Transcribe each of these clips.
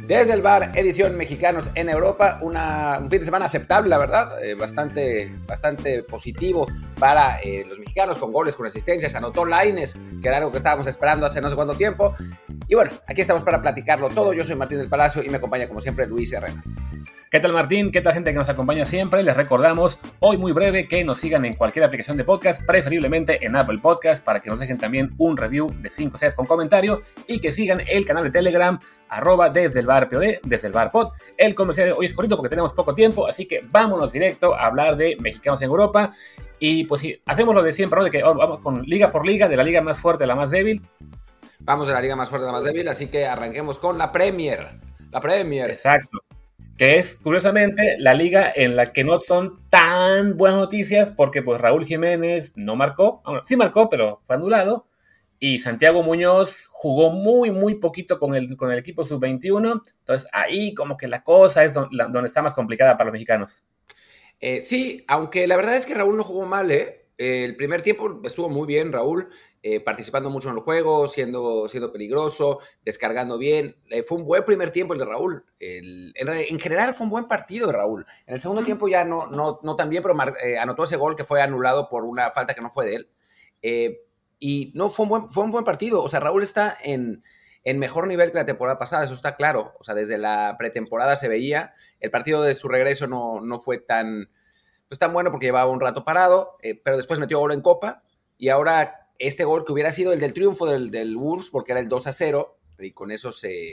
Desde el bar, edición Mexicanos en Europa, un fin de semana aceptable, la verdad, bastante positivo para los mexicanos, con goles, con asistencias, anotó Lainez, que era algo que estábamos esperando hace no sé cuánto tiempo, y bueno, aquí estamos para platicarlo todo. Yo soy Martín del Palacio y me acompaña como siempre Luis Herrera. ¿Qué tal, Martín? ¿Qué tal, gente que nos acompaña siempre? Les recordamos, hoy muy breve, que nos sigan en cualquier aplicación de podcast, preferiblemente en Apple Podcast, para que nos dejen también un review de 5 estrellas con comentario, y que sigan el canal de Telegram, desde el bar POD, desde el bar pod. El comercial de hoy es cortito porque tenemos poco tiempo, así que vámonos directo a hablar de mexicanos en Europa. Y pues sí, hacemos lo de siempre, ¿no? De que vamos con liga por liga, de la liga más fuerte a la más débil. Vamos de la liga más fuerte a la más débil, así que arranquemos con la Premier. La Premier. Exacto. Que es, curiosamente, la liga en la que no son tan buenas noticias, porque pues Raúl Jiménez no marcó, bueno, sí marcó, pero fue anulado, y Santiago Muñoz jugó muy poquito con el equipo sub-21, entonces ahí como que la cosa es donde está más complicada para los mexicanos. Sí, aunque la verdad es que Raúl no jugó mal, ¿eh? El primer tiempo estuvo muy bien Raúl, participando mucho en el juego, siendo peligroso, descargando bien. Fue un buen primer tiempo el de Raúl. En general fue un buen partido de Raúl. En el segundo tiempo ya no tan bien, pero anotó ese gol que fue anulado por una falta que no fue de él. Y no, fue un buen partido. O sea, Raúl está en mejor nivel que la temporada pasada, eso está claro. O sea, desde la pretemporada se veía. El partido de su regreso no fue tan bueno porque llevaba un rato parado, pero después metió gol en Copa, y ahora este gol que hubiera sido el del triunfo del Wolves, porque era el 2-0, y con eso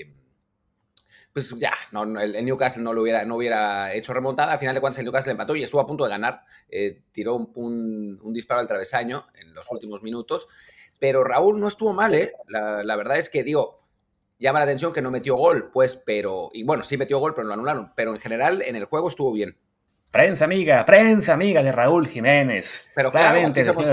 pues ya, el Newcastle no hubiera hecho remontada. Al final de cuentas el Newcastle empató y estuvo a punto de ganar, tiró un disparo al travesaño en los últimos minutos, pero Raúl no estuvo mal, la verdad es que, llama la atención que no metió gol, pues, y bueno, sí metió gol, pero lo anularon, pero en general en el juego estuvo bien. Prensa amiga de Raúl Jiménez. Pero claramente claro,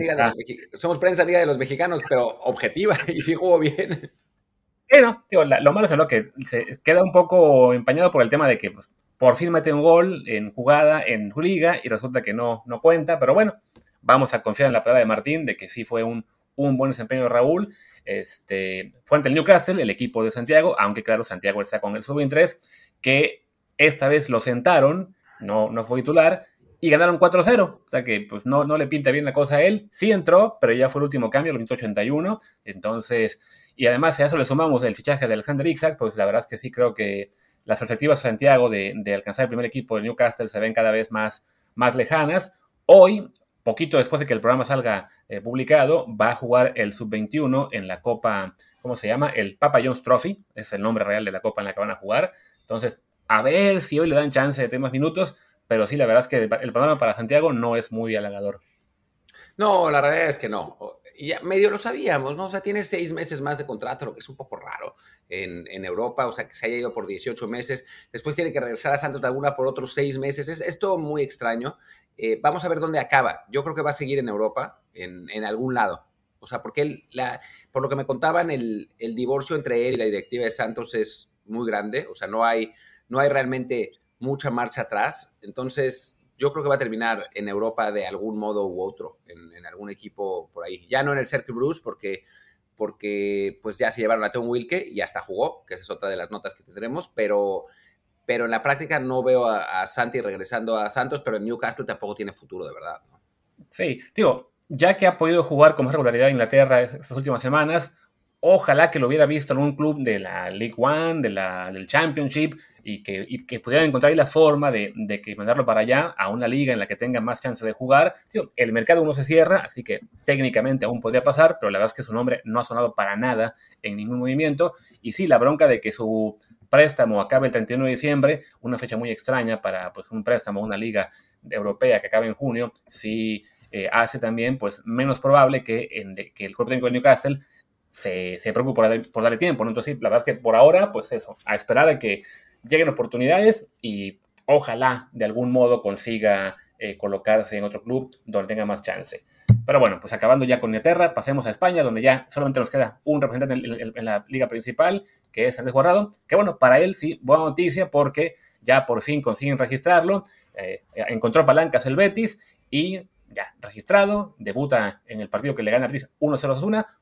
somos prensa amiga de los mexicanos, pero objetiva, y sí jugó bien. Bueno, lo malo es lo que se queda un poco empañado por el tema de que pues, por fin mete un gol en jugada, en liga, y resulta que no cuenta, pero bueno, vamos a confiar en la palabra de Martín de que sí fue un buen desempeño de Raúl. Fue ante el Newcastle, el equipo de Santiago, aunque claro, Santiago está con el sub-23, que esta vez lo sentaron, no fue titular, y ganaron 4-0, o sea que pues no le pinta bien la cosa a él. Sí entró, pero ya fue el último cambio, el minuto 81, entonces, y además si a eso le sumamos el fichaje de Alexander Isak, pues la verdad es que sí creo que las perspectivas de Santiago de alcanzar el primer equipo del Newcastle se ven cada vez más lejanas. Hoy, poquito después de que el programa salga publicado, va a jugar el sub-21 en la Copa, ¿cómo se llama? El Papa John's Trophy, es el nombre real de la Copa en la que van a jugar. Entonces, a ver si hoy le dan chance de tener más minutos, pero sí, la verdad es que el panorama para Santiago no es muy halagador. No, la realidad es que no. Ya medio lo sabíamos, ¿no? O sea, tiene 6 meses más de contrato, lo que es un poco raro en Europa, o sea, que se haya ido por 18 meses. Después tiene que regresar a Santos Laguna por otros 6 meses. Es todo muy extraño. Vamos a ver dónde acaba. Yo creo que va a seguir en Europa, en algún lado. O sea, porque por lo que me contaban, el divorcio entre él y la directiva de Santos es muy grande. O sea, no hay realmente mucha marcha atrás. Entonces, yo creo que va a terminar en Europa de algún modo u otro, en algún equipo por ahí. Ya no en el Cercle Bruges, porque pues ya se llevaron a Tom Wilke y hasta jugó, que esa es otra de las notas que tendremos, pero en la práctica no veo a Santi regresando a Santos, pero en Newcastle tampoco tiene futuro, de verdad, ¿no? Sí, ya que ha podido jugar con más regularidad en Inglaterra estas últimas semanas, ojalá que lo hubiera visto en un club de la League One, del Championship, y que pudieran encontrar ahí la forma de que mandarlo para allá, a una liga en la que tenga más chance de jugar. El mercado no se cierra, así que técnicamente aún podría pasar, pero la verdad es que su nombre no ha sonado para nada en ningún movimiento. Y sí, la bronca de que su préstamo acabe el 31 de diciembre, una fecha muy extraña para pues, un préstamo a una liga europea que acabe en junio, sí hace también pues, menos probable que el cuerpo técnico de Newcastle se preocupe por darle tiempo, ¿no? Entonces, sí, la verdad es que por ahora, pues eso, a esperar a que lleguen oportunidades y ojalá de algún modo consiga colocarse en otro club donde tenga más chance. Pero bueno, pues acabando ya con Inglaterra, pasemos a España, donde ya solamente nos queda un representante en la liga principal, que es Andrés Guardado, que bueno, para él sí, buena noticia porque ya por fin consiguen registrarlo, encontró palancas el Betis y ya registrado, debuta en el partido que le gana al Betis 1-0 a Osasuna,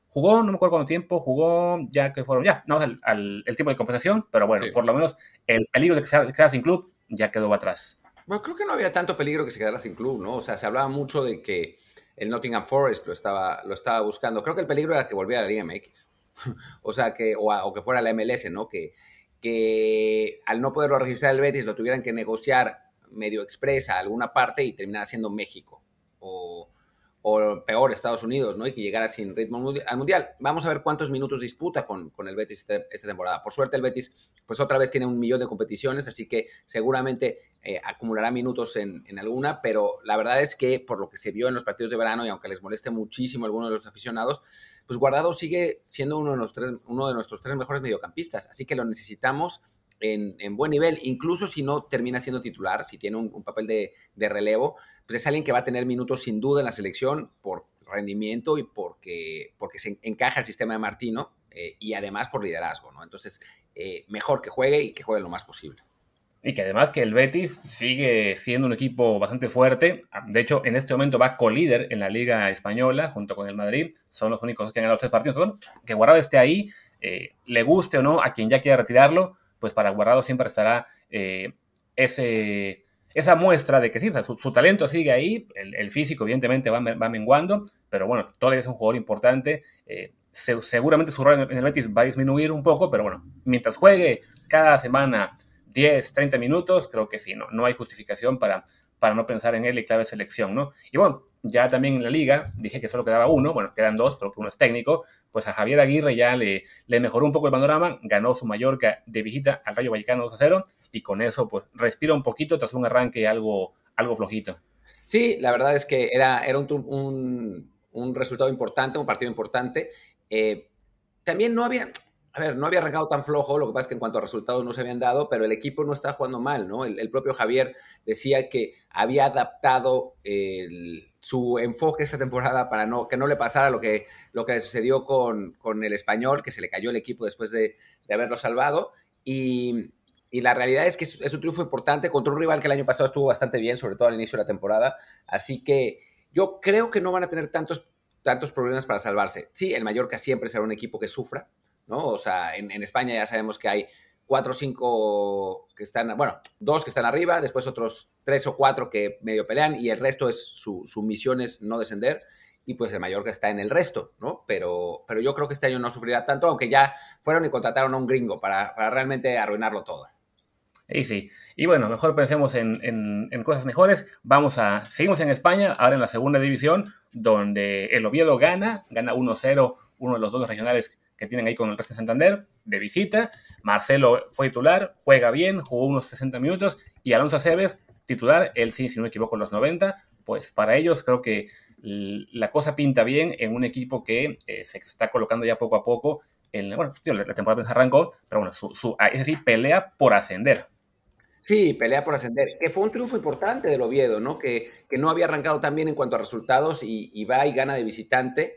Jugó, no me acuerdo cuánto tiempo, jugó ya que fueron, ya, no, el tiempo de compensación, pero bueno, Sí. por lo menos el peligro de que se quedara sin club ya quedó atrás. Bueno, creo que no había tanto peligro que se quedara sin club, ¿no? O sea, se hablaba mucho de que el Nottingham Forest lo estaba buscando. Creo que el peligro era que volviera a la Liga MX. O sea, o que fuera la MLS, ¿no? Que al no poderlo registrar el Betis lo tuvieran que negociar medio expresa a alguna parte y terminara siendo México. O peor, Estados Unidos, ¿no? Y que llegara sin ritmo al Mundial. Vamos a ver cuántos minutos disputa con el Betis esta temporada. Por suerte el Betis, pues otra vez tiene 1 millón de competiciones, así que seguramente acumulará minutos en alguna, pero la verdad es que por lo que se vio en los partidos de verano, y aunque les moleste muchísimo a algunos de los aficionados, pues Guardado sigue siendo uno de nuestros 3 mejores mediocampistas, así que lo necesitamos en buen nivel, incluso si no termina siendo titular, si tiene un papel de relevo, pues es alguien que va a tener minutos sin duda en la selección por rendimiento y porque se encaja el sistema de Martino y además por liderazgo, ¿no? Entonces, mejor que juegue y que juegue lo más posible. Y que además que el Betis sigue siendo un equipo bastante fuerte. De hecho, en este momento va colíder en la Liga Española junto con el Madrid. Son los únicos que han ganado los 3 partidos. Bueno, que Guardado esté ahí, le guste o no a quien ya quiera retirarlo, pues para Guardado siempre estará esa muestra de que sí, o sea, su talento sigue ahí. El físico evidentemente va menguando, pero bueno, todavía es un jugador importante. Seguramente su rol en el Betis va a disminuir un poco, pero bueno, mientras juegue cada semana 10, 30 minutos, creo que sí, no hay justificación para no pensar en él y clave selección, ¿no? Y bueno, ya también en la liga, dije que solo quedaba uno, bueno, quedan 2, pero que uno es técnico, pues a Javier Aguirre ya le mejoró un poco el panorama, ganó su Mallorca de visita al Rayo Vallecano 2-0, y con eso pues respira un poquito tras un arranque algo flojito. Sí, la verdad es que era un resultado importante, un partido importante. También no había arrancado tan flojo, lo que pasa es que en cuanto a resultados no se habían dado, pero el equipo no estaba jugando mal, ¿no? El propio Javier decía que había adaptado su enfoque esta temporada para que no le pasara lo que le sucedió con el Español, que se le cayó el equipo después de haberlo salvado. Y la realidad es que es un triunfo importante contra un rival que el año pasado estuvo bastante bien, sobre todo al inicio de la temporada. Así que yo creo que no van a tener tantos problemas para salvarse. Sí, el Mallorca siempre será un equipo que sufra, ¿no? O sea, en España ya sabemos que hay 4 o 5 que están, bueno, 2 que están arriba, después otros 3 o 4 que medio pelean y el resto es su misión es no descender y pues el Mallorca está en el resto, ¿no? Pero yo creo que este año no sufrirá tanto, aunque ya fueron y contrataron a un gringo para realmente arruinarlo todo. Y sí, y bueno, mejor pensemos en cosas mejores. Seguimos en España, ahora en la segunda división, donde el Oviedo gana 1-0, uno de los 2 regionales que tienen ahí con el Racing Santander, de visita. Marcelo fue titular, juega bien, jugó unos 60 minutos, y Alonso Aceves, titular, él sí, si no me equivoco, los 90. Pues para ellos creo que la cosa pinta bien en un equipo que se está colocando ya poco a poco. Bueno, la temporada arrancó, pero bueno, es decir, pelea por ascender. Sí, pelea por ascender, que fue un triunfo importante del Oviedo, ¿no? Que no había arrancado tan bien en cuanto a resultados y va y gana de visitante.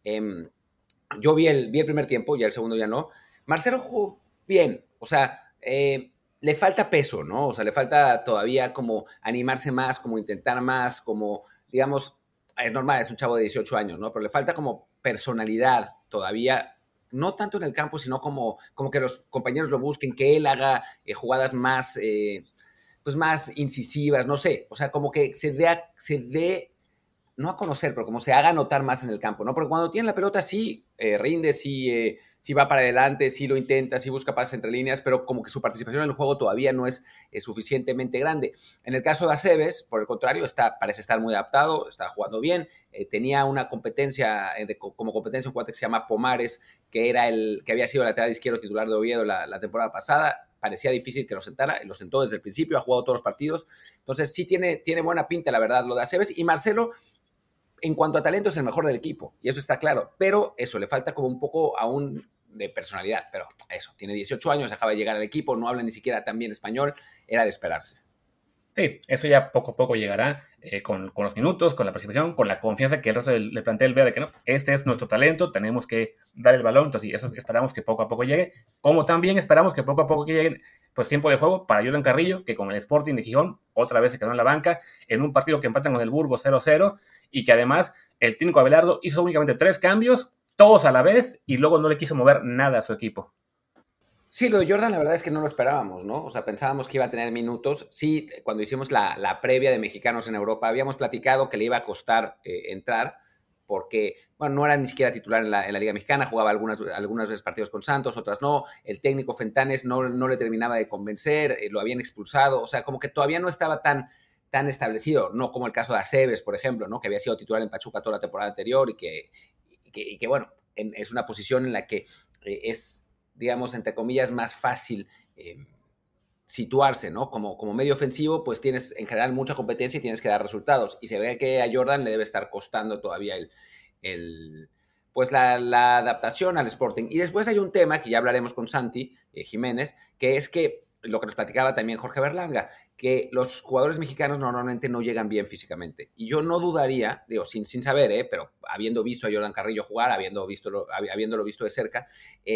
Yo vi el primer tiempo, ya el segundo ya no. Marcelo jugó bien, o sea, le falta peso, ¿no? O sea, le falta todavía como animarse más, como intentar más, como, digamos, es normal, es un chavo de 18 años, ¿no? Pero le falta como personalidad todavía, no tanto en el campo, sino como que los compañeros lo busquen, que él haga jugadas más, pues más incisivas, no sé, o sea, como que se dé no a conocer, pero como se haga notar más en el campo, ¿no? Porque cuando tiene la pelota sí rinde, sí va para adelante, sí lo intenta, sí busca pases entre líneas, pero como que su participación en el juego todavía no es suficientemente grande. En el caso de Aceves, por el contrario, parece estar muy adaptado, está jugando bien, tenía una competencia, como competencia un cuate que se llama Pomares, que era que había sido lateral izquierdo titular de Oviedo la temporada pasada. Parecía difícil que lo sentara, lo sentó desde el principio, ha jugado todos los partidos, entonces sí tiene buena pinta, la verdad, lo de Aceves. Y Marcelo, en cuanto a talento, es el mejor del equipo, y eso está claro, pero eso, le falta como un poco aún de personalidad, pero eso, tiene 18 años, acaba de llegar al equipo, no habla ni siquiera tan bien español, era de esperarse. Sí, eso ya poco a poco llegará con los minutos, con la participación, con la confianza que el resto del plantel vea de que no, este es nuestro talento, tenemos que dar el balón, entonces eso esperamos que poco a poco llegue, como también esperamos que poco a poco llegue pues tiempo de juego para Jordan Carrillo, que con el Sporting de Gijón otra vez se quedó en la banca en un partido que empatan con el Burgos 0-0, y que además el técnico Abelardo hizo únicamente 3 cambios todos a la vez y luego no le quiso mover nada a su equipo. Sí, lo de Jordan la verdad es que no lo esperábamos, ¿no? O sea, pensábamos que iba a tener minutos. Sí, cuando hicimos la previa de mexicanos en Europa, habíamos platicado que le iba a costar entrar porque, bueno, no era ni siquiera titular en la Liga Mexicana, jugaba algunas veces partidos con Santos, otras no. El técnico Fentanes no le terminaba de convencer, lo habían expulsado. O sea, como que todavía no estaba tan establecido, no como el caso de Aceves, por ejemplo, ¿no? Que había sido titular en Pachuca toda la temporada anterior y que bueno, es una posición en la que es, digamos, entre comillas, más fácil situarse, ¿no? Como medio ofensivo, pues tienes en general mucha competencia y tienes que dar resultados. Y se ve que a Jordan le debe estar costando todavía pues la adaptación al Sporting. Y después hay un tema que ya hablaremos con Santi Jiménez, que es que lo que nos platicaba también Jorge Berlanga, que los jugadores mexicanos normalmente no llegan bien físicamente. Y yo no dudaría, digo, sin saber, pero habiendo visto a Jordan Carrillo jugar, habiéndolo visto de cerca,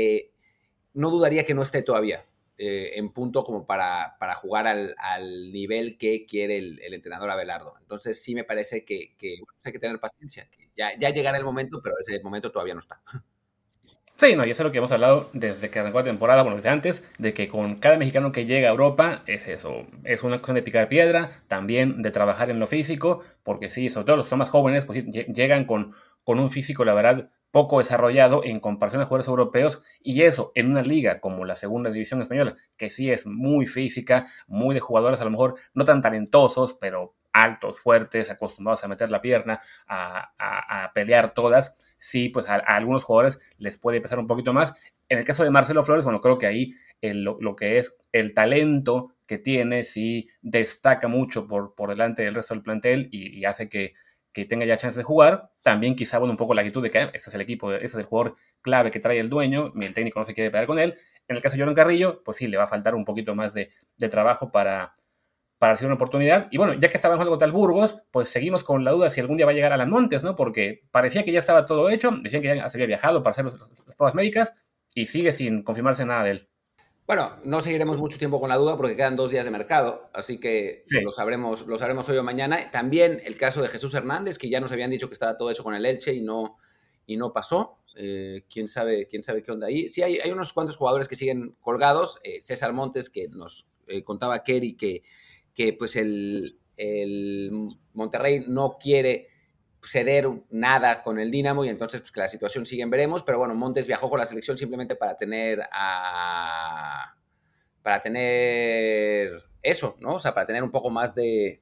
no dudaría que no esté todavía en punto como para jugar al nivel que quiere el entrenador Abelardo. Entonces sí me parece que bueno, hay que tener paciencia, que ya llegará el momento, pero ese momento todavía no está. Sí, no, y eso es lo que hemos hablado desde que arrancó la temporada, bueno, desde antes, de que con cada mexicano que llega a Europa es eso, es una cuestión de picar piedra, también de trabajar en lo físico, porque sí, sobre todo los que son más jóvenes, pues llegan con un físico, la verdad, poco desarrollado en comparación a jugadores europeos, y eso en una liga como la segunda división española, que sí es muy física, muy de jugadores a lo mejor no tan talentosos, pero altos, fuertes, acostumbrados a meter la pierna, a pelear todas, sí, pues a algunos jugadores les puede pesar un poquito más. En el caso de Marcelo Flores, bueno, creo que ahí lo que es el talento que tiene, sí destaca mucho por delante del resto del plantel y hace que tenga ya chance de jugar. También quizá, bueno, un poco la actitud de que este es el equipo, ese es el jugador clave que trae el dueño, y el técnico no se quiere pelear con él. En el caso de Jordan Carrillo, pues sí, le va a faltar un poquito más de trabajo para hacer una oportunidad. Y bueno, ya que estaba jugando contra el Burgos, pues seguimos con la duda si algún día va a llegar a Alan Montes, ¿no? Porque parecía que ya estaba todo hecho, decían que ya se había viajado para hacer las pruebas médicas y sigue sin confirmarse nada de él. Bueno, no seguiremos mucho tiempo con la duda porque quedan 2 días de mercado, así que Sí. lo sabremos hoy o mañana. También el caso de Jesús Hernández, que ya nos habían dicho que estaba todo hecho con el Elche y no pasó. ¿Quién sabe qué onda ahí? Sí, hay unos cuantos jugadores que siguen colgados. César Montes, que nos contaba Kerry que pues el Monterrey no quiere ceder nada con el Dinamo y entonces pues, que la situación sigue en veremos, pero bueno, Montes viajó con la selección simplemente para tener eso, ¿no? O sea, para tener un poco más de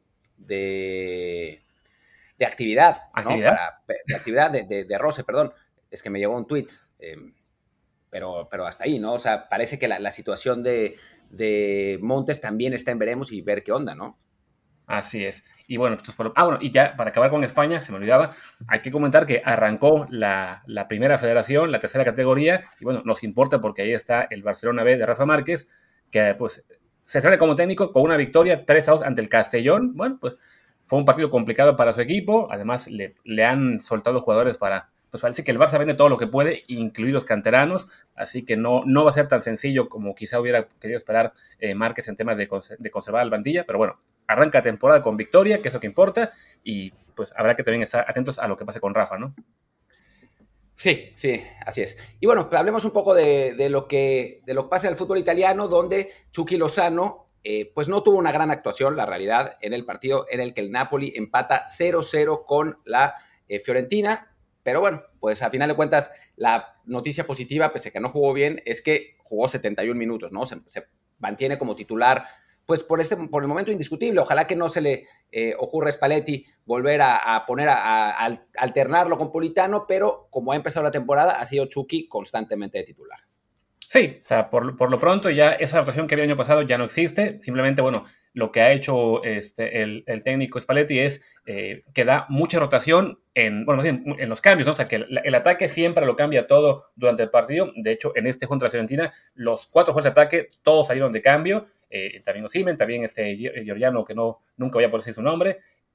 actividad, ¿no? ¿Actividad? De actividad de roce, perdón. Es que me llegó un tuit, pero hasta ahí, ¿no? O sea, parece que la situación de Montes también está en veremos y ver qué onda, ¿no? Así es. Y bueno, pues bueno, y ya para acabar con España, se me olvidaba, hay que comentar que arrancó la primera federación, la tercera categoría, y bueno, nos importa porque ahí está el Barcelona B de Rafa Márquez, que pues se sale como técnico con una victoria 3-2 ante el Castellón. Bueno, pues fue un partido complicado para su equipo, además le han soltado jugadores pues parece que el Barça vende todo lo que puede, incluidos canteranos, así que no va a ser tan sencillo como quizá hubiera querido esperar Márquez en temas de conservar al bandilla, pero bueno, arranca temporada con victoria, que es lo que importa, y pues habrá que también estar atentos a lo que pase con Rafa, ¿no? Sí, sí, así es. Y bueno, hablemos un poco de lo que pasa en el fútbol italiano, donde Chucky Lozano pues no tuvo una gran actuación, la realidad, en el partido en el que el Napoli empata 0-0 con la Fiorentina. Pero bueno, pues a final de cuentas, la noticia positiva, pese a que no jugó bien, es que jugó 71 minutos, ¿no? Se mantiene como titular, pues por el momento indiscutible. Ojalá que no se le ocurra a Spalletti volver a poner a alternarlo con Politano, pero como ha empezado la temporada, ha sido Chucky constantemente de titular. Sí, o sea, por lo pronto ya esa rotación que había el año pasado ya no existe. Simplemente, bueno, lo que ha hecho el técnico Spalletti es que da mucha rotación más bien, en los cambios, ¿no? O sea, que el ataque siempre lo cambia todo durante el partido. De hecho, en este contra la Fiorentina, los 4 jugadores de ataque, todos salieron de cambio. También Osimhen, también Georgiano, que nunca voy a poder decir su nombre.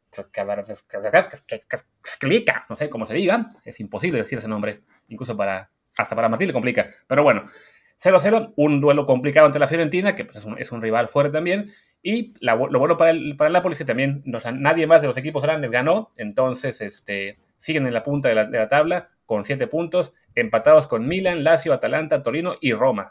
Clica, no sé cómo se diga. Es imposible decir ese nombre. Incluso hasta para Martín le complica. Pero bueno, 0-0, un duelo complicado ante la Fiorentina, que pues, es un rival fuerte también, y lo bueno para el Napoli es que también nadie más de los equipos grandes ganó, entonces siguen en la punta de la tabla con 7 puntos, empatados con Milan, Lazio, Atalanta, Torino y Roma.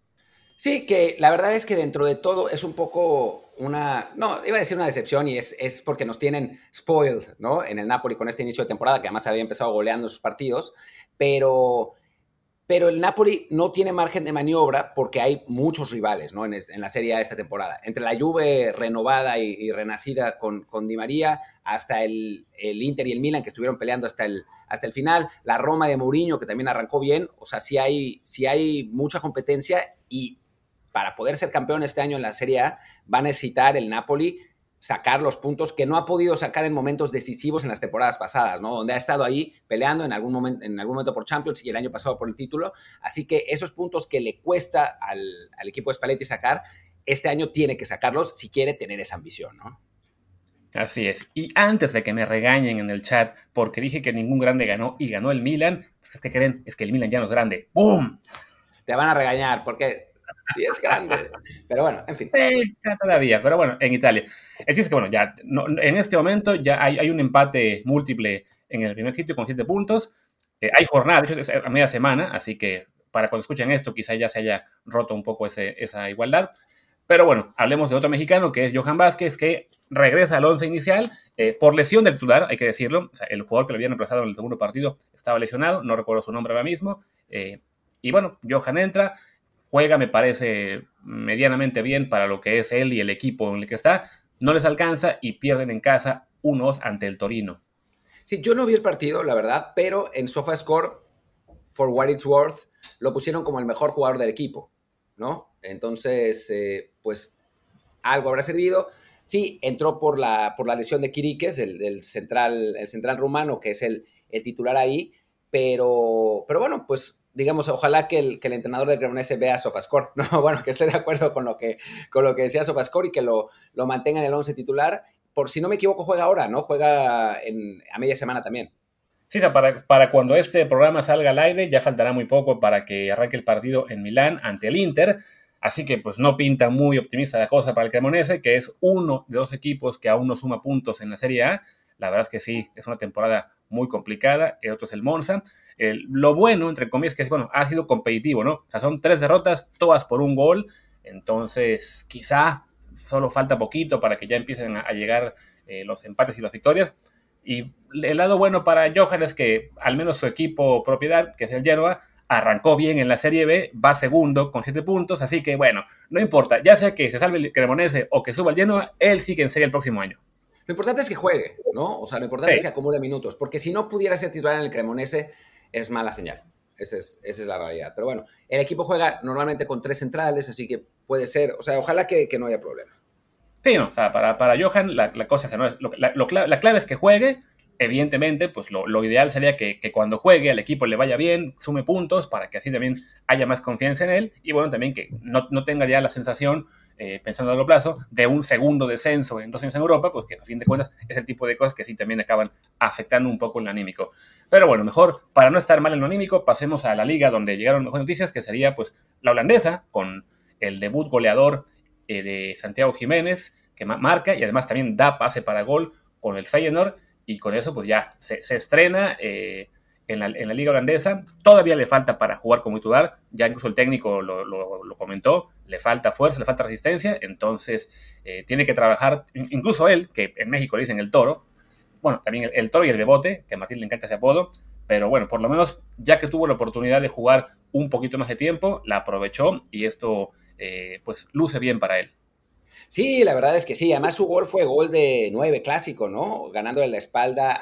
Sí, que la verdad es que dentro de todo es un poco no, iba a decir una decepción y es porque nos tienen spoiled, ¿no? En el Napoli con este inicio de temporada, que además había empezado goleando sus partidos, pero, pero el Napoli no tiene margen de maniobra porque hay muchos rivales, ¿no? En la Serie A de esta temporada. Entre la Juve renovada y renacida con Di María, hasta el Inter y el Milan que estuvieron peleando hasta el final, la Roma de Mourinho que también arrancó bien, o sea, sí hay mucha competencia y para poder ser campeón este año en la Serie A, va a necesitar el Napoli sacar los puntos que no ha podido sacar en momentos decisivos en las temporadas pasadas, ¿no? Donde ha estado ahí peleando en algún momento por Champions y el año pasado por el título. Así que esos puntos que le cuesta al equipo de Spalletti sacar, este año tiene que sacarlos si quiere tener esa ambición, ¿no? Así es. Y antes de que me regañen en el chat porque dije que ningún grande ganó y ganó el Milan, pues es que creen, es que el Milan ya no es grande. ¡Bum! Te van a regañar porque sí es grande. Pero bueno, en fin. Todavía, pero bueno, en Italia. El chiste es que, bueno, ya no, en este momento ya hay un empate múltiple en el primer sitio con 7 puntos. Hay jornada, de hecho es a media semana, así que para cuando escuchen esto quizá ya se haya roto un poco esa igualdad. Pero bueno, hablemos de otro mexicano que es Johan Vázquez, que regresa al once inicial por lesión del titular, hay que decirlo. O sea, el jugador que lo había reemplazado en el segundo partido estaba lesionado, no recuerdo su nombre ahora mismo. Y bueno, Johan entra, juega, me parece medianamente bien para lo que es él y el equipo en el que está. No les alcanza y pierden en casa 1-2 ante el Torino. Sí, yo no vi el partido, la verdad, pero en SofaScore, for what it's worth, lo pusieron como el mejor jugador del equipo, ¿no? Entonces, pues algo habrá servido. Sí, entró por la lesión de Quiriques, el central rumano, que es el titular ahí, pero bueno, pues digamos, ojalá que el entrenador del Cremonese vea SofaScore, ¿no? Bueno, que esté de acuerdo con lo que decía SofaScore y que lo mantenga en el 11 titular. Por si no me equivoco, juega ahora, ¿no? Juega a media semana también. Sí, o sea, para cuando este programa salga al aire ya faltará muy poco para que arranque el partido en Milán ante el Inter. Así que pues no pinta muy optimista la cosa para el Cremonese, que es uno de los equipos que aún no suma puntos en la Serie A. La verdad es que sí, es una temporada muy complicada. El otro es el Monza. Lo bueno, entre comillas, es que bueno, ha sido competitivo, ¿no? O sea, son 3 derrotas, todas por un gol. Entonces, quizá solo falta poquito para que ya empiecen a llegar los empates y las victorias. Y el lado bueno para Johan es que al menos su equipo propiedad, que es el Genoa, arrancó bien en la Serie B, va segundo con 7 puntos, así que bueno, no importa, ya sea que se salve el Cremonese o que suba el Genoa, él sigue en serie el próximo año. Lo importante es que juegue, ¿no? O sea, lo importante Sí. es que acumule minutos, porque si no pudiera ser titular en el Cremonese, es mala señal. Esa es la realidad. Pero bueno, el equipo juega normalmente con 3 centrales, así que puede ser, o sea, ojalá que no haya problema. Sí, no, o sea, para Johan la cosa es, ¿no? La clave es que juegue. Evidentemente, pues lo ideal sería que cuando juegue al equipo le vaya bien, sume puntos para que así también haya más confianza en él y bueno, también que no tenga ya la sensación, pensando a largo plazo, de un segundo descenso en 2 años en Europa, pues que a fin de cuentas es el tipo de cosas que sí también acaban afectando un poco el anímico. Pero bueno, mejor, para no estar mal en lo anímico, pasemos a la liga donde llegaron mejores noticias, que sería pues la holandesa, con el debut goleador de Santiago Jiménez, que marca y además también da pase para gol con el Feyenoord. Y con eso pues ya se estrena en la liga holandesa. Todavía le falta para jugar como titular, ya incluso el técnico lo comentó, le falta fuerza, le falta resistencia, entonces tiene que trabajar, incluso él, que en México le dicen el Toro, bueno, también el Toro y el Bebote, que a Martín le encanta ese apodo, pero bueno, por lo menos ya que tuvo la oportunidad de jugar un poquito más de tiempo, la aprovechó y esto pues luce bien para él. Sí, la verdad es que sí. Además, su gol fue gol de 9 clásico, ¿no? Ganándole la espalda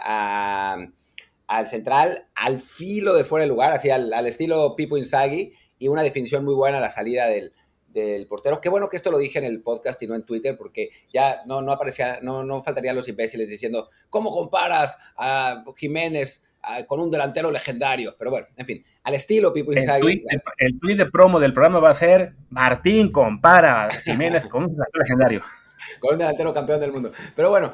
al central, al filo de fuera de lugar, así al estilo Pipo Inzaghi, y una definición muy buena a la salida del portero. Qué bueno que esto lo dije en el podcast y no en Twitter, porque ya no aparecía, no faltarían los imbéciles diciendo, ¿cómo comparas a Jiménez con un delantero legendario? Pero bueno, en fin, al estilo Pipo Inzaghi. El tweet de promo del programa va a ser: Martín compara a Jiménez con un delantero legendario. Con un delantero campeón del mundo. Pero bueno,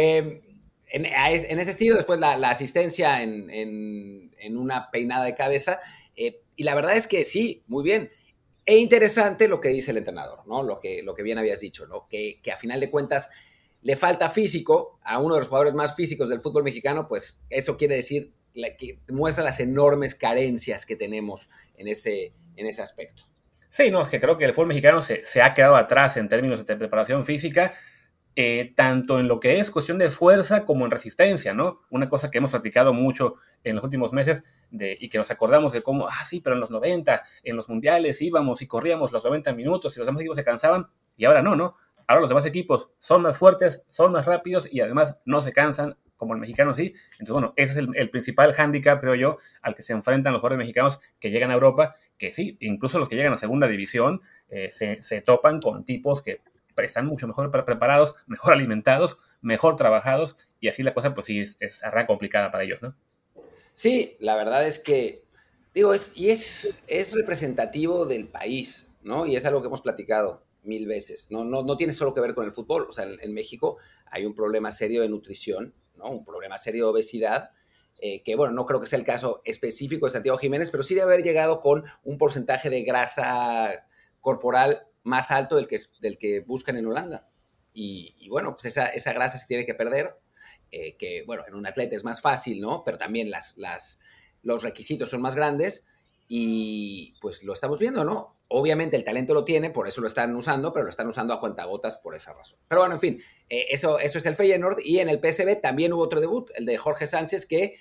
en ese estilo, después la asistencia en una peinada de cabeza. Y la verdad es que sí, muy bien. E interesante lo que dice el entrenador, ¿no? Lo que bien habías dicho, ¿no? Que a final de cuentas le falta físico a uno de los jugadores más físicos del fútbol mexicano, pues eso quiere decir que muestra las enormes carencias que tenemos en ese aspecto. Sí, no, es que creo que el fútbol mexicano se ha quedado atrás en términos de preparación física, tanto en lo que es cuestión de fuerza como en resistencia, ¿no? Una cosa que hemos platicado mucho en los últimos meses y que nos acordamos de cómo, sí, pero en los 90, en los mundiales íbamos y corríamos los 90 minutos y los demás equipos se cansaban, y ahora no, ¿no? Ahora los demás equipos son más fuertes, son más rápidos y además no se cansan, como el mexicano sí. Entonces, bueno, ese es el principal hándicap, creo yo, al que se enfrentan los jugadores mexicanos que llegan a Europa, que sí, incluso los que llegan a segunda división se topan con tipos que están mucho mejor preparados, mejor alimentados, mejor trabajados, y así la cosa pues sí es arranca complicada para ellos, ¿no? Sí, la verdad es que, digo, es representativo del país, ¿no? Y es algo que hemos platicado 1000 veces. No tiene solo que ver con el fútbol. O sea, en México hay un problema serio de nutrición, ¿no? Un problema serio de obesidad, que, bueno, no creo que sea el caso específico de Santiago Jiménez, pero sí de haber llegado con un porcentaje de grasa corporal más alto del que buscan en Holanda. Y bueno, pues esa grasa se tiene que perder, que, bueno, en un atleta es más fácil, ¿no? Pero también los requisitos son más grandes y pues lo estamos viendo, ¿no? Obviamente el talento lo tiene, por eso lo están usando, pero lo están usando a cuentagotas por esa razón. Pero bueno, en fin, eso es el Feyenoord, y en el PSV también hubo otro debut, el de Jorge Sánchez, que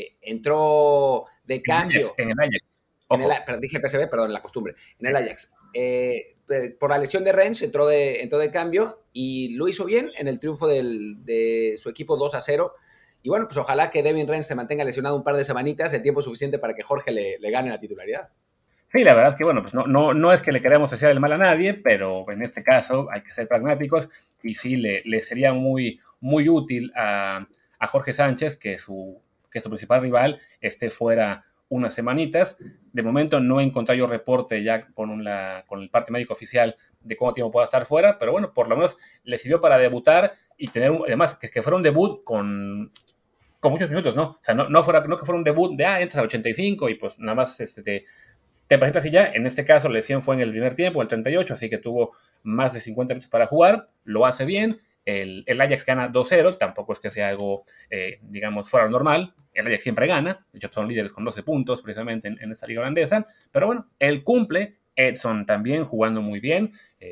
entró de cambio. En el Ajax. Pero dije PSV, perdón, la costumbre. En el Ajax. Por la lesión de Rennes entró de cambio y lo hizo bien en el triunfo de su equipo 2-0. Y bueno, pues ojalá que Devin Rennes se mantenga lesionado un par de semanitas, el tiempo suficiente para que Jorge le gane la titularidad. Sí, la verdad es que, bueno, pues no es que le queramos desear el mal a nadie, pero en este caso hay que ser pragmáticos y sí le sería muy, muy útil a Jorge Sánchez que su principal rival esté fuera unas semanitas. De momento no he encontrado yo reporte ya con el parte médico oficial de cuánto tiempo pueda estar fuera, pero bueno, por lo menos le sirvió para debutar y tener, además, que fuera un debut con muchos minutos, ¿no? O sea, no que fuera un debut de, entras al 85 y pues nada más te presentas y ya. En este caso, la lesión fue en el primer tiempo, el 38, así que tuvo más de 50 minutos para jugar, lo hace bien. El Ajax gana 2-0, tampoco es que sea algo, digamos, fuera normal. El Ajax siempre gana, de hecho son líderes con 12 puntos precisamente en esta liga holandesa, pero bueno, él cumple. Edson también jugando muy bien,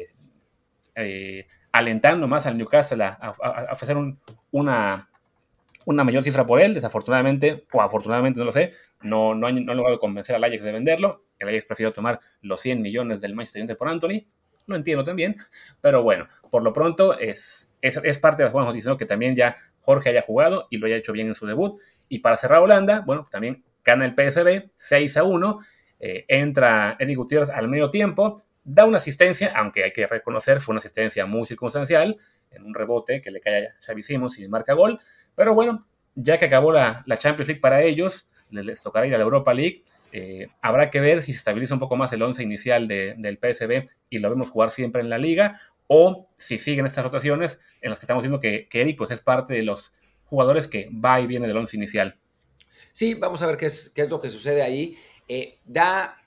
alentando más al Newcastle a ofrecer una mayor cifra por él. Desafortunadamente, o afortunadamente, no lo sé, no han logrado convencer al Ajax de venderlo. El Ajax prefirió tomar los 100 millones del Manchester United por Anthony. Lo entiendo también, pero bueno, por lo pronto es parte de las buenas noticias, ¿no? Que también ya Jorge haya jugado y lo haya hecho bien en su debut. Y para cerrar Holanda, bueno, pues también gana el PSV 6-1, entra Eddie Gutiérrez al medio tiempo, da una asistencia, aunque hay que reconocer, fue una asistencia muy circunstancial, en un rebote que le cae a Xavi Simons y marca gol. Pero bueno, ya que acabó la Champions League para ellos, les tocará ir a la Europa League. Habrá que ver si se estabiliza un poco más el once inicial del PSV y lo vemos jugar siempre en la liga, o si siguen estas rotaciones en las que estamos viendo que Eric pues, es parte de los jugadores que va y viene del once inicial. Sí, vamos a ver qué es lo que sucede ahí. Da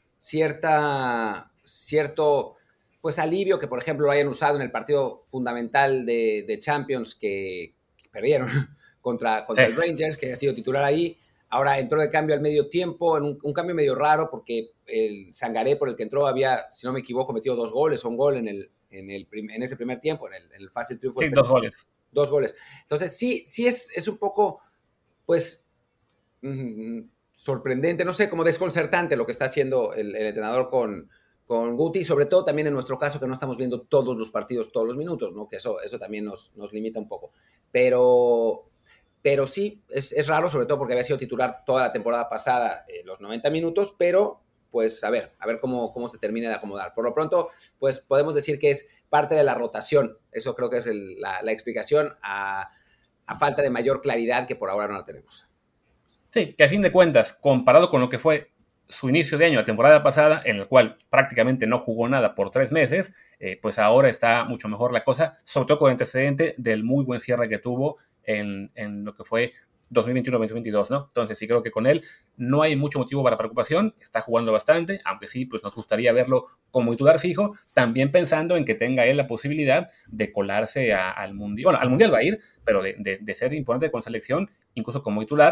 cierto pues alivio que, por ejemplo, lo hayan usado en el partido fundamental de Champions que perdieron contra sí, el Rangers, que haya sido titular ahí. Ahora entró de cambio al medio tiempo, en un cambio medio raro, porque el Sangaré por el que entró había, si no me equivoco, metido 2 goles, un gol en ese primer tiempo, en el fácil triunfo. Sí, 2 goles. 2 goles. Entonces, sí es un poco, pues, sorprendente, no sé, como desconcertante lo que está haciendo el entrenador con Guti, sobre todo también en nuestro caso, que no estamos viendo todos los partidos todos los minutos, ¿no? Que eso también nos limita un poco. Pero sí, es raro, sobre todo porque había sido titular toda la temporada pasada, los 90 minutos, pero pues a ver cómo se termina de acomodar. Por lo pronto, pues podemos decir que es parte de la rotación. Eso creo que es la explicación a falta de mayor claridad, que por ahora no la tenemos. Sí, que a fin de cuentas, comparado con lo que fue su inicio de año, la temporada pasada, en el cual prácticamente no jugó nada por 3 meses, pues ahora está mucho mejor la cosa, sobre todo con el antecedente del muy buen cierre que tuvo en lo que fue 2021-2022, ¿no? Entonces sí creo que con él no hay mucho motivo para preocupación, está jugando bastante, aunque sí, pues nos gustaría verlo como titular fijo, también pensando en que tenga él la posibilidad de colarse al Mundial. Bueno, al Mundial va a ir, pero de ser importante con selección, incluso como titular,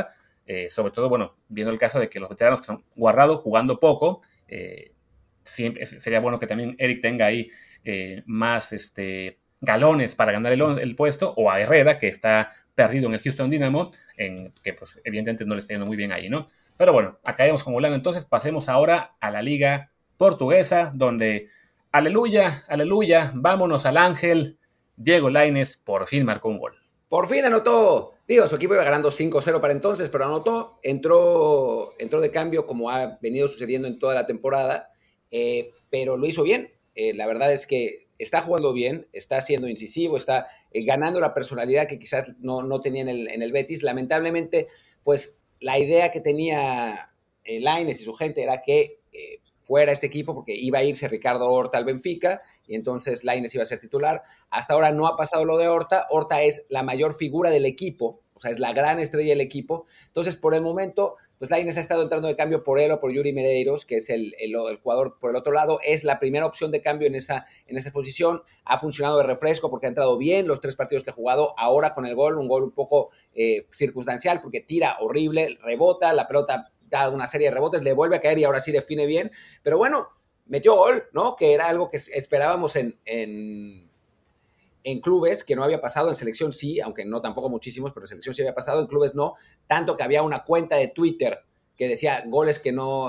sobre todo, bueno, viendo el caso de que los veteranos que son Guardado jugando poco, siempre sería bueno que también Eric tenga ahí más galones para ganar el puesto, o a Herrera, que está perdido en el Houston Dynamo, que pues evidentemente no le está yendo muy bien ahí, ¿no? Pero bueno, acabemos con Holanda, entonces pasemos ahora a la Liga Portuguesa, donde, aleluya, aleluya, vámonos al ángel, Diego Lainez por fin marcó un gol. Por fin anotó. Digo, su equipo iba ganando 5-0 para entonces, pero anotó. Entró de cambio como ha venido sucediendo en toda la temporada, pero lo hizo bien. La verdad es que está jugando bien, está siendo incisivo, está ganando la personalidad que quizás no tenía en el Betis. Lamentablemente, pues la idea que tenía Lainez y su gente era que fuera este equipo porque iba a irse Ricardo Horta al Benfica y entonces Lainez iba a ser titular. Hasta ahora no ha pasado lo de Horta. Horta es la mayor figura del equipo, o sea, es la gran estrella del equipo. Entonces, por el momento, pues Lainez ha estado entrando de cambio por él o por Yuri Medeiros, que es el jugador por el otro lado. Es la primera opción de cambio en esa posición. Ha funcionado de refresco porque ha entrado bien los 3 partidos que ha jugado. Ahora con el gol, un gol un poco circunstancial porque tira horrible, rebota, la pelota da una serie de rebotes, le vuelve a caer y ahora sí define bien. Pero bueno, metió gol, ¿no? Que era algo que esperábamos en clubes, que no había pasado, en selección sí, aunque no tampoco muchísimos, pero en selección sí había pasado, en clubes no, tanto que había una cuenta de Twitter que decía goles que no,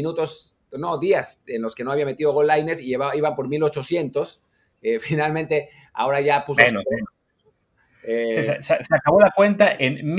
días en los que no había metido gol Lainez y iban por 1800, finalmente ahora ya puso... Menos. Se acabó la cuenta en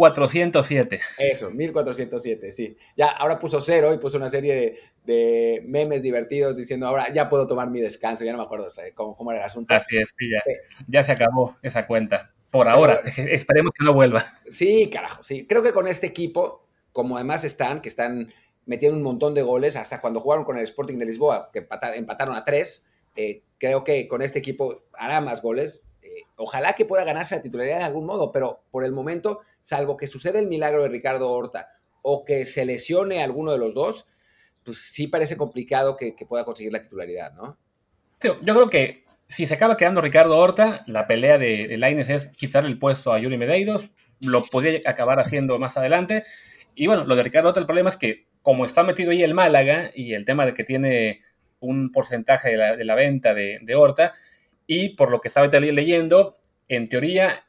1407. Eso, 1407, sí. Ya, ahora puso 0 y puso una serie de memes divertidos diciendo, ahora ya puedo tomar mi descanso. Ya no me acuerdo cómo era el asunto. Así es, sí, ya se acabó esa cuenta. Por ahora, esperemos que no vuelva. Sí, carajo, sí. Creo que con este equipo, como además que están metiendo un montón de goles, hasta cuando jugaron con el Sporting de Lisboa, que empataron a 3, creo que con este equipo hará más goles. Ojalá que pueda ganarse la titularidad de algún modo, pero por el momento, salvo que suceda el milagro de Ricardo Horta o que se lesione alguno de los dos, pues sí parece complicado que pueda conseguir la titularidad, ¿no? Sí, yo creo que si se acaba quedando Ricardo Horta, la pelea de Lainez es quitarle el puesto a Yuri Medeiros, lo podría acabar haciendo más adelante. Y bueno, lo de Ricardo Horta, el problema es que como está metido ahí el Málaga y el tema de que tiene un porcentaje de la venta de Horta, y por lo que estaba leyendo, en teoría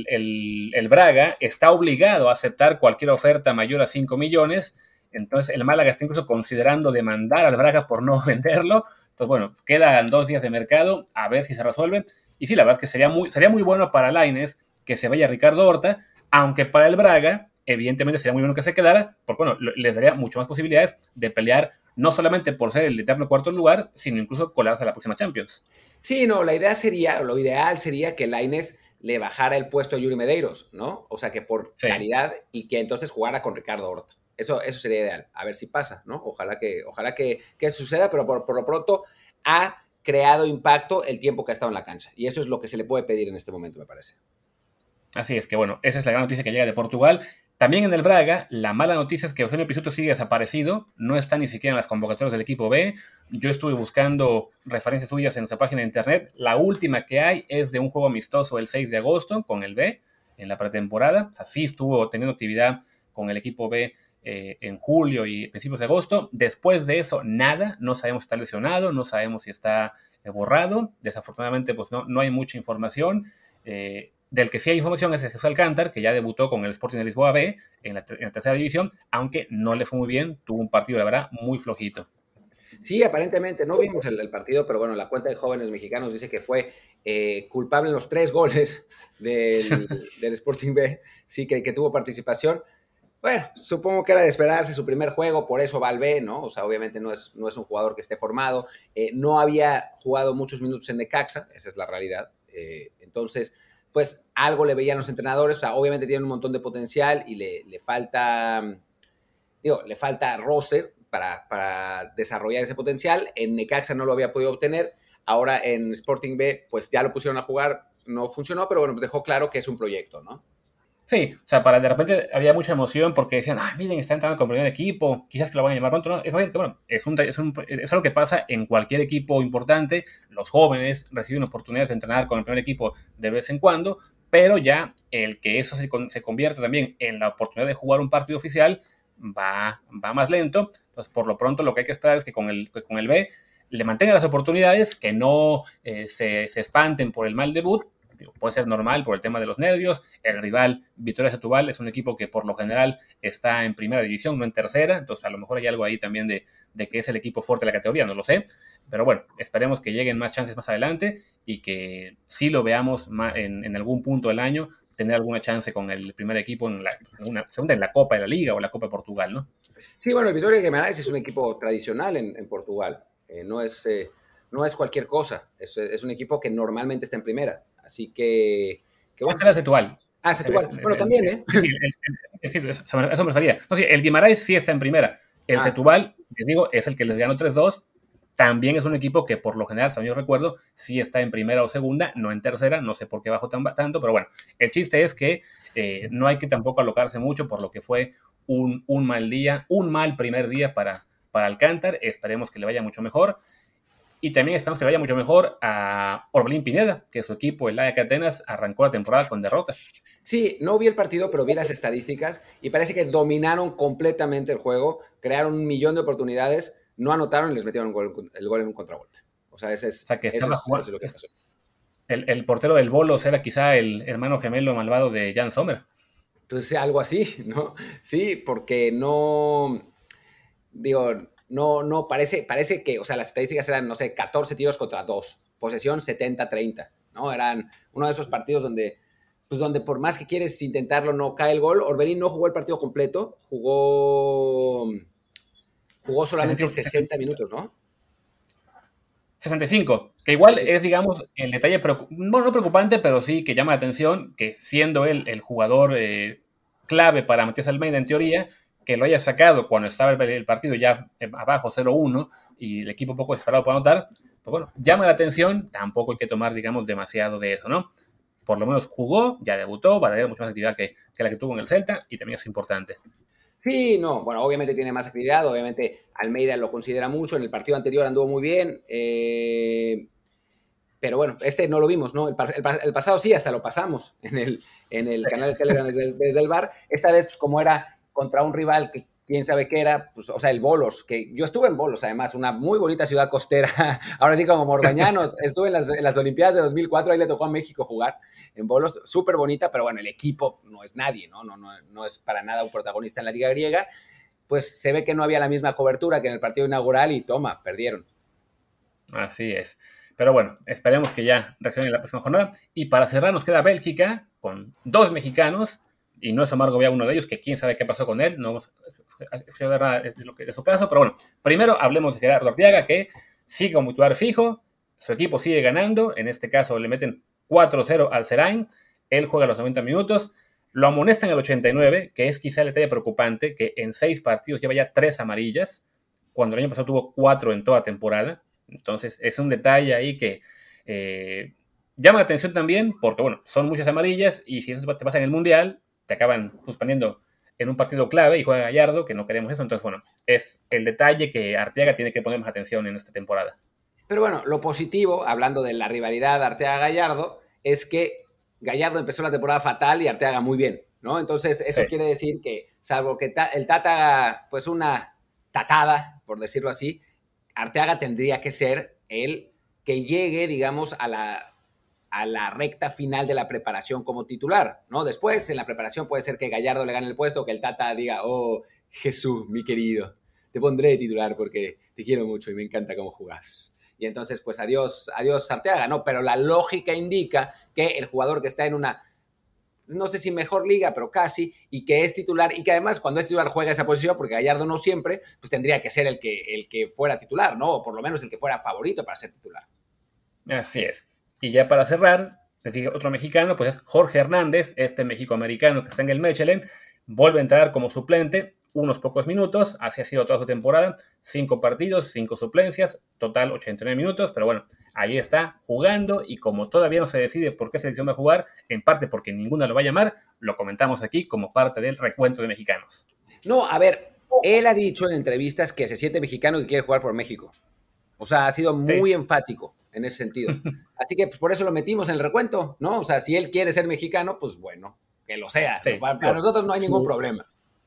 el Braga está obligado a aceptar cualquier oferta mayor a 5 millones. Entonces el Málaga está incluso considerando demandar al Braga por no venderlo. Entonces bueno, quedan 2 días de mercado, a ver si se resuelve. Y sí, la verdad es que sería muy bueno para Lainez que se vaya Ricardo Horta, aunque para el Braga evidentemente sería muy bueno que se quedara, porque bueno, les daría mucho más posibilidades de pelear no solamente por ser el eterno cuarto lugar, sino incluso colarse a la próxima Champions. Sí, no, lo ideal sería que Lainez le bajara el puesto a Yuri Medeiros, ¿no? O sea, que por calidad y que entonces jugara con Ricardo Horta. Eso sería ideal. A ver si pasa, ¿no? Ojalá que suceda, pero por lo pronto ha creado impacto el tiempo que ha estado en la cancha. Y eso es lo que se le puede pedir en este momento, me parece. Así es que, bueno, esa es la gran noticia que llega de Portugal. También en el Braga, la mala noticia es que Eugenio Pisuto sigue desaparecido, no está ni siquiera en las convocatorias del equipo B. Yo estuve buscando referencias suyas en nuestra página de internet. La última que hay es de un juego amistoso el 6 de agosto con el B en la pretemporada. O sea, sí estuvo teniendo actividad con el equipo B en julio y principios de agosto. Después de eso, nada. No sabemos si está lesionado, no sabemos si está borrado. Desafortunadamente, pues no hay mucha información. Del que sí hay información es Jesús Alcántar, que ya debutó con el Sporting de Lisboa B en la tercera división, aunque no le fue muy bien, tuvo un partido, la verdad, muy flojito. Sí, aparentemente, no vimos el partido, pero bueno, la cuenta de jóvenes mexicanos dice que fue culpable en los 3 goles del Sporting B, sí, que tuvo participación. Bueno, supongo que era de esperarse su primer juego, por eso va al B, ¿no? O sea, obviamente no es un jugador que esté formado, no había jugado muchos minutos en Necaxa, esa es la realidad, entonces pues algo le veían los entrenadores, o sea, obviamente tiene un montón de potencial y le falta roce para desarrollar ese potencial. En Necaxa no lo había podido obtener, ahora en Sporting B, pues ya lo pusieron a jugar, no funcionó, pero bueno, pues dejó claro que es un proyecto, ¿no? Sí, o sea, de repente había mucha emoción porque decían, miren, está entrando con primer equipo, quizás que lo van a llamar pronto, ¿no? Es algo que pasa en cualquier equipo importante, los jóvenes reciben oportunidades de entrenar con el primer equipo de vez en cuando, pero ya el que eso se convierta también en la oportunidad de jugar un partido oficial va más lento. Entonces, por lo pronto, lo que hay que esperar es que con el B le mantengan las oportunidades, que no se espanten por el mal debut. Puede ser normal por el tema de los nervios. El rival, Vitória Setúbal, es un equipo que por lo general está en primera división, no en tercera. Entonces, a lo mejor hay algo ahí también de que es el equipo fuerte de la categoría, no lo sé. Pero bueno, esperemos que lleguen más chances más adelante y que sí lo veamos en algún punto del año tener alguna chance con el primer equipo en una segunda en la Copa de la Liga o la Copa de Portugal, ¿no? Sí, bueno, el Vitória de Guimarães es un equipo tradicional en Portugal. No es cualquier cosa. Es un equipo que normalmente está en primera. Así que ¿Cómo bueno. está el Setúbal? Ah, Setúbal. Bueno, también, ¿eh? Sí, eso me refería. No, sí, el Guimarães sí está en primera. El Setúbal, les digo, es el que les ganó 3-2. También es un equipo que por lo general, si yo recuerdo, sí está en primera o segunda, no en tercera, no sé por qué bajó tanto, pero bueno, el chiste es que no hay que tampoco alocarse mucho por lo que fue un mal día, un mal primer día para Alcántar. Esperemos que le vaya mucho mejor. Y también esperamos que le vaya mucho mejor a Orbelín Pineda, que su equipo, el Ajax Atenas, arrancó la temporada con derrota. Sí, no vi el partido, pero vi las estadísticas y parece que dominaron completamente el juego, crearon 1,000,000 de oportunidades, no anotaron y les metieron el gol en un contragolpe. O sea, eso es lo que pasó. El portero del Bolos era quizá el hermano gemelo malvado de Jan Sommer. Pues algo así, ¿no? Sí, porque no, parece que, o sea, las estadísticas eran, no sé, 14 tiros contra 2, posesión 70-30, ¿no? Eran uno de esos partidos donde por más que quieres intentarlo no cae el gol. Orbelín no jugó el partido completo, jugó solamente 60 minutos, ¿no? 65, que igual sí. Es, digamos, el detalle, bueno, no preocupante, pero sí que llama la atención que siendo él el jugador clave para Matías Almeida en teoría, que lo haya sacado cuando estaba el partido ya abajo 0-1 y el equipo poco desesperado para anotar, pues bueno, llama la atención, tampoco hay que tomar, digamos, demasiado de eso, ¿no? Por lo menos jugó, ya debutó, va a tener mucha más actividad que la que tuvo en el Celta y también es importante. Sí, no, bueno, obviamente tiene más actividad, obviamente Almeida lo considera mucho, en el partido anterior anduvo muy bien, pero bueno, no lo vimos, ¿no? El pasado sí, hasta lo pasamos en el canal de Telegram desde el bar. Esta vez, pues, como era contra un rival que quién sabe qué era, pues, o sea, el Bolos, que yo estuve en Bolos, además, una muy bonita ciudad costera, ahora sí como Mordañanos, estuve en las Olimpiadas de 2004, ahí le tocó a México jugar en Bolos, súper bonita, pero bueno, el equipo no es nadie, no es para nada un protagonista en la Liga Griega, pues se ve que no había la misma cobertura que en el partido inaugural y toma, perdieron. Así es. Pero bueno, esperemos que ya reaccionen en la próxima jornada. Y para cerrar nos queda Bélgica con 2 mexicanos, y no es Omar Gobea uno de ellos, que quién sabe qué pasó con él, no es lo que es su caso, pero bueno, primero hablemos de Gerardo Arteaga, que sigue como titular fijo, su equipo sigue ganando, en este caso le meten 4-0 al Seraing, él juega los 90 minutos, lo amonestan al 89, que es quizá el detalle preocupante, que en 6 partidos lleva ya 3 amarillas, cuando el año pasado tuvo 4 en toda temporada. Entonces, es un detalle ahí que llama la atención también, porque, bueno, son muchas amarillas y si eso te pasa en el Mundial, te acaban suspendiendo en un partido clave y juega Gallardo, que no queremos eso. Entonces, bueno, es el detalle que Arteaga tiene que poner más atención en esta temporada. Pero bueno, lo positivo, hablando de la rivalidad Arteaga-Gallardo, es que Gallardo empezó la temporada fatal y Arteaga muy bien, ¿no? Entonces, eso quiere decir que, salvo que el Tata haga, pues, una tatada, por decirlo así, Arteaga tendría que ser el que llegue, digamos, a la recta final de la preparación como titular, ¿no? Después, en la preparación puede ser que Gallardo le gane el puesto, que el Tata diga, oh, Jesús, mi querido, te pondré de titular porque te quiero mucho y me encanta cómo jugás. Y entonces, pues, adiós Arteaga, ¿no? Pero la lógica indica que el jugador que está en una, no sé si mejor liga, pero casi, y que es titular, y que además cuando es titular juega esa posición, porque Gallardo no siempre, pues tendría que ser el que fuera titular, ¿no? O por lo menos el que fuera favorito para ser titular. Así es. Y ya para cerrar, les digo otro mexicano, pues es Jorge Hernández, este mexicoamericano que está en el Mechelen, vuelve a entrar como suplente, unos pocos minutos, así ha sido toda su temporada, 5 partidos, 5 suplencias, total 89 minutos, pero bueno, ahí está jugando y como todavía no se decide por qué selección va a jugar, en parte porque ninguna lo va a llamar, lo comentamos aquí como parte del recuento de mexicanos. No, a ver, él ha dicho en entrevistas que se siente mexicano y quiere jugar por México. O sea, ha sido muy enfático en ese sentido. Así que pues, por eso lo metimos en el recuento, ¿no? O sea, si él quiere ser mexicano, pues bueno, que lo sea. Sí, Para nosotros no hay ningún problema.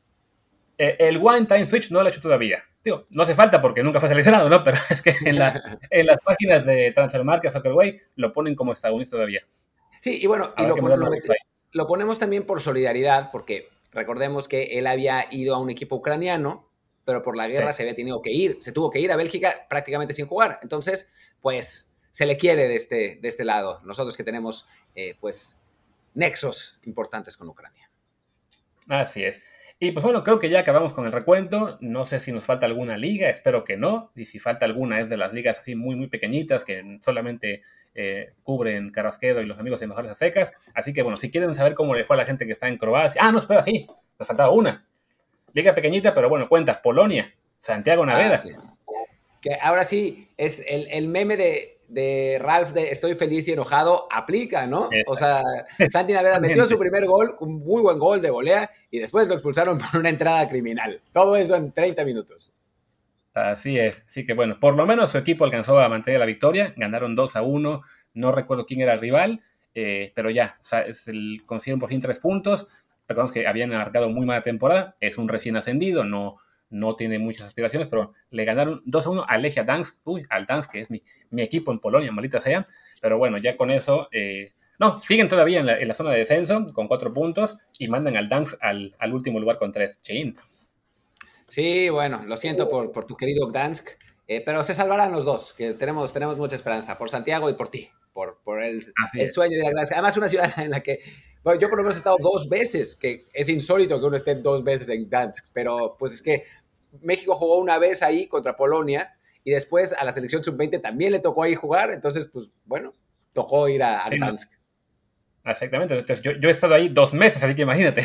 El One Time Switch no lo ha hecho todavía. Digo, no hace falta porque nunca fue seleccionado, ¿no? Pero es que en las páginas de Transfermarkt, Soccerway, lo ponen como estadounidense todavía. Sí, y bueno, y lo ponemos también por solidaridad, porque recordemos que él había ido a un equipo ucraniano, pero por la guerra se había tenido que ir, se tuvo que ir a Bélgica prácticamente sin jugar. Entonces, pues, se le quiere de este lado. Nosotros que tenemos, pues, nexos importantes con Ucrania. Así es. Y pues bueno, creo que ya acabamos con el recuento. No sé si nos falta alguna liga, espero que no. Y si falta alguna es de las ligas así muy, muy pequeñitas que solamente cubren Carrasquedo y los amigos de Mejores Aztecas. Así que bueno, si quieren saber cómo le fue a la gente que está en Croacia. Ah, no, espera, sí, me faltaba una. Liga pequeñita, pero bueno, cuentas. Polonia, Santiago Naveda. Sí. Que ahora sí, es el meme de Ralph de estoy feliz y enojado, aplica, ¿no? O sea, Santi Naveda metió su primer gol, un muy buen gol de volea, y después lo expulsaron por una entrada criminal. Todo eso en 30 minutos. Así es. Así que bueno, por lo menos su equipo alcanzó a mantener la victoria. Ganaron 2-1. No recuerdo quién era el rival, pero ya, consiguieron por fin 3 puntos. Recordemos que habían marcado muy mala temporada. Es un recién ascendido, no tiene muchas aspiraciones, pero le ganaron 2-1 a Lechia Gdańsk, al Gdańsk, que es mi equipo en Polonia, maldita sea. Pero bueno, ya con eso, siguen todavía en la zona de descenso con 4 puntos y mandan al Gdańsk al último lugar con 3. Cheín. Sí, bueno, lo siento por tu querido Gdansk, pero se salvarán los dos, que tenemos mucha esperanza, por Santiago y por ti, por el sueño de Gdansk. Además, una ciudad en la que, bueno, yo por lo menos he estado 2 veces, que es insólito que uno esté 2 veces en Gdansk, pero pues es que México jugó una vez ahí contra Polonia y después a la selección sub-20 también le tocó ahí jugar, entonces, pues bueno, tocó ir a Gdansk. No. Exactamente, entonces yo he estado ahí 2 meses, así que imagínate.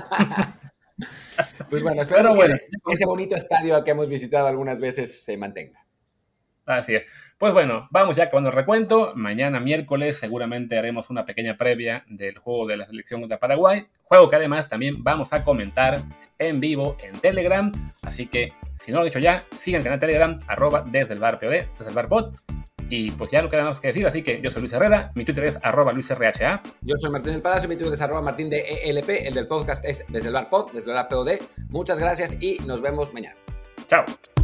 Pues bueno, esperamos que ese bonito estadio que hemos visitado algunas veces se mantenga. Así es. Pues bueno, vamos ya acabando el recuento. Mañana miércoles seguramente haremos una pequeña previa del juego de la selección contra Paraguay. Juego que además también vamos a comentar en vivo en Telegram. Así que, si no lo he dicho ya, sigan el canal Telegram, @desdelbarpod. Y pues ya no queda nada más que decir, así que yo soy Luis Herrera, mi Twitter es @LuisRHA. Yo soy Martín del Palacio, mi Twitter es @MartinDELP, el del podcast es Desde el Bar Pod, Desde el Bar POD. Muchas gracias y nos vemos mañana. Chao.